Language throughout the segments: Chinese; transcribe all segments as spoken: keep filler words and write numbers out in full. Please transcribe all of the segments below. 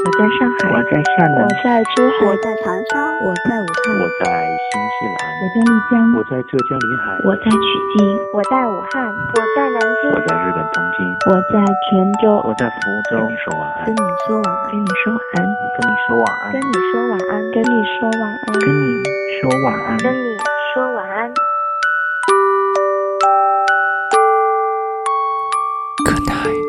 在上海， 我在厦门， 我在珠海， 我在长沙， 我在武汉， 我在新西兰， 我在丽江， 我在浙江临海， 我在曲靖， 我在武汉，我在南京， 我在日本东京， 我在泉州， 我在福州。跟你说晚安， 跟你说晚安， 跟你说晚安， 跟你说晚安， 跟你说晚安， 跟你说晚安， 跟你说晚安， 跟你说晚安。 Good night。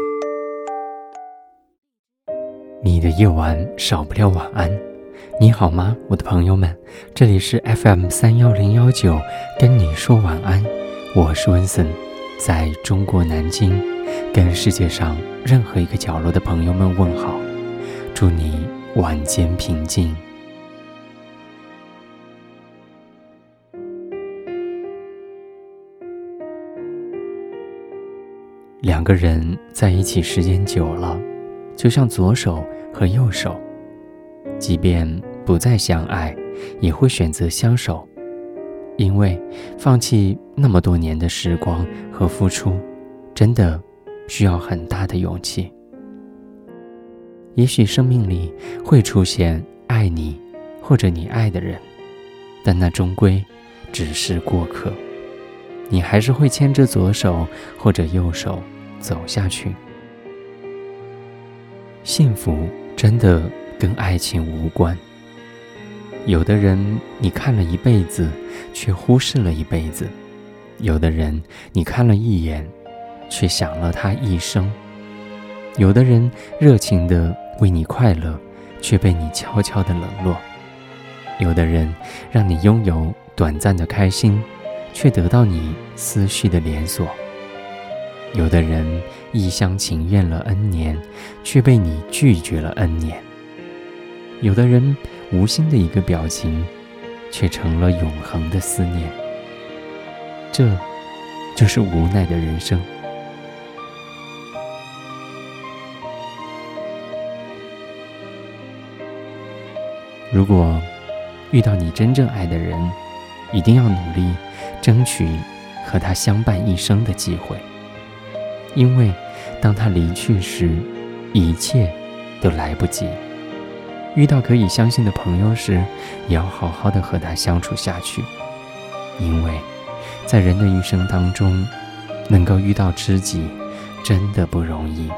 你的夜晚少不了晚安。你好吗，我的朋友们？这里是 F M 三一零一九，跟你说晚安。我是温森，在中国南京，跟世界上任何一个角落的朋友们问好，祝你晚间平静。两个人在一起时间久了，就像左手和右手，即便不再相爱，也会选择相守，因为放弃那么多年的时光和付出，真的需要很大的勇气。也许生命里会出现爱你或者你爱的人，但那终归只是过客，你还是会牵着左手或者右手走下去。幸福真的跟爱情无关。有的人你看了一辈子，却忽视了一辈子；有的人你看了一眼，却想了他一生；有的人热情地为你快乐，却被你悄悄地冷落；有的人让你拥有短暂的开心，却得到你思绪的连锁；有的人一厢情愿了 N 年，却被你拒绝了 N 年；有的人无心的一个表情，却成了永恒的思念。这就是无奈的人生。如果遇到你真正爱的人，一定要努力争取和他相伴一生的机会，因为当他离去时，一切都来不及。遇到可以相信的朋友时，也要好好的和他相处下去，因为在人的一生当中，能够遇到知己真的不容易。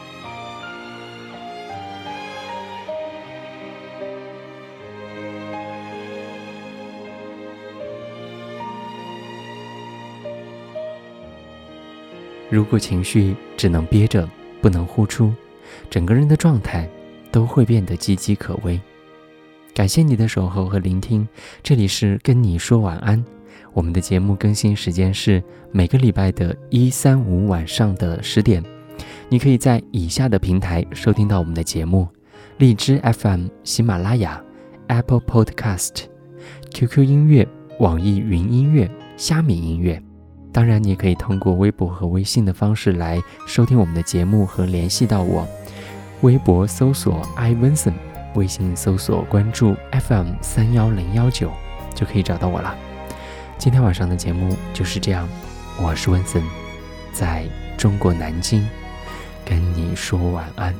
如果情绪只能憋着，不能呼出，整个人的状态都会变得岌岌可危。感谢你的守候和聆听，这里是跟你说晚安。我们的节目更新时间是每个礼拜的一三五晚上的十点。你可以在以下的平台收听到我们的节目：荔枝 F M、喜马拉雅、Apple Podcast、Q Q 音乐、网易云音乐、虾米音乐。当然你也可以通过微博和微信的方式来收听我们的节目和联系到我。微博搜索 I Vincent， 微信搜索关注 F M 三一零一九，就可以找到我了。今天晚上的节目就是这样，我是温森，在中国南京跟你说晚安。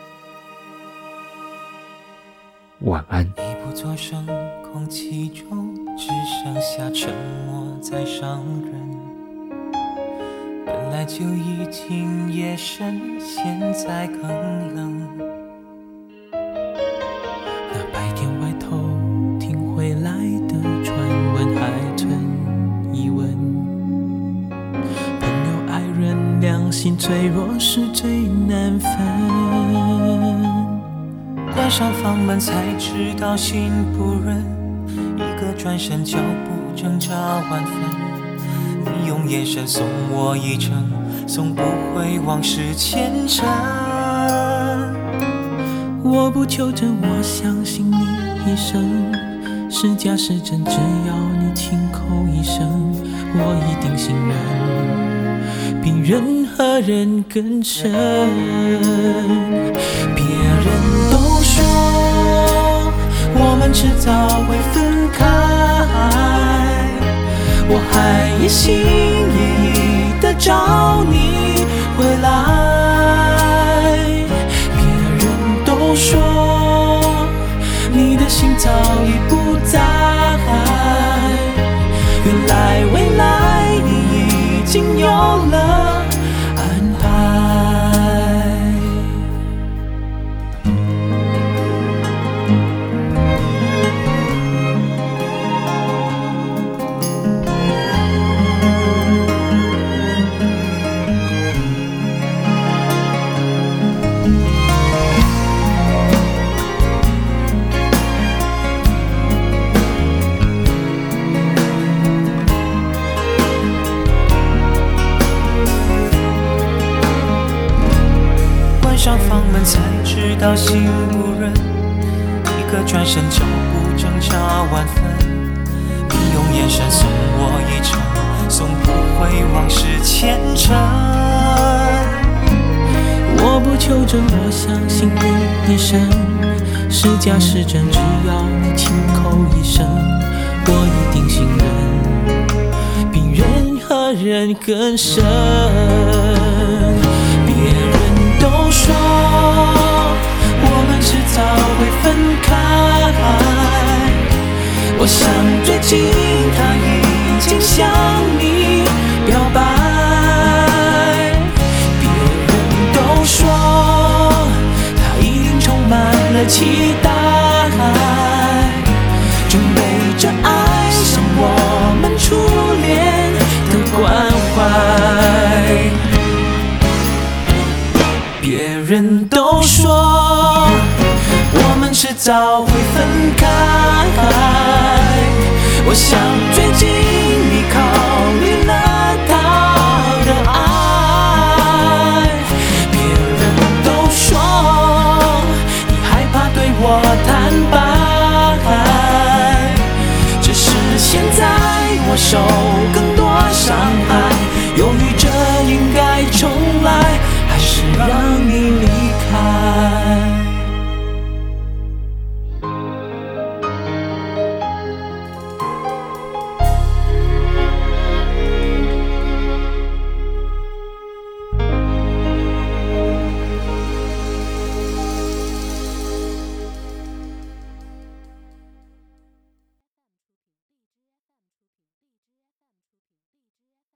晚安。 你不作声，空气中只剩下沉默在伤人。本来就已经夜深，现在更冷。那白天外头听回来的传闻还存疑问。朋友爱人良心脆弱是最难分。关上房门才知道心不忍，一个转身脚步挣扎万分。你用眼神送我一程，送不回往事前尘。我不求证，我相信你一生，是假是真，只要你轻口一声，我一定信任，比任何人更深。别人都说我们迟早会分开，我还一心一意地找你回来。别人都说心早已不在。原来未来你已经有了安排。上房门才知道心不忍，一个转身脚步挣扎万分。你用眼神送我一程，送不回往事前尘。我不求证，我相信你一生，是假是真，只要你轻口一声，我一定信任，比任何人更深。别人都说我们迟早会分开，我想最近他已经向你表白。别人都说他一定充满了期待，准备着爱上我们初恋的关怀。别人都说我们迟早会分开，我想最近你考虑了他的爱。别人都说你害怕对我坦白，只是现在我手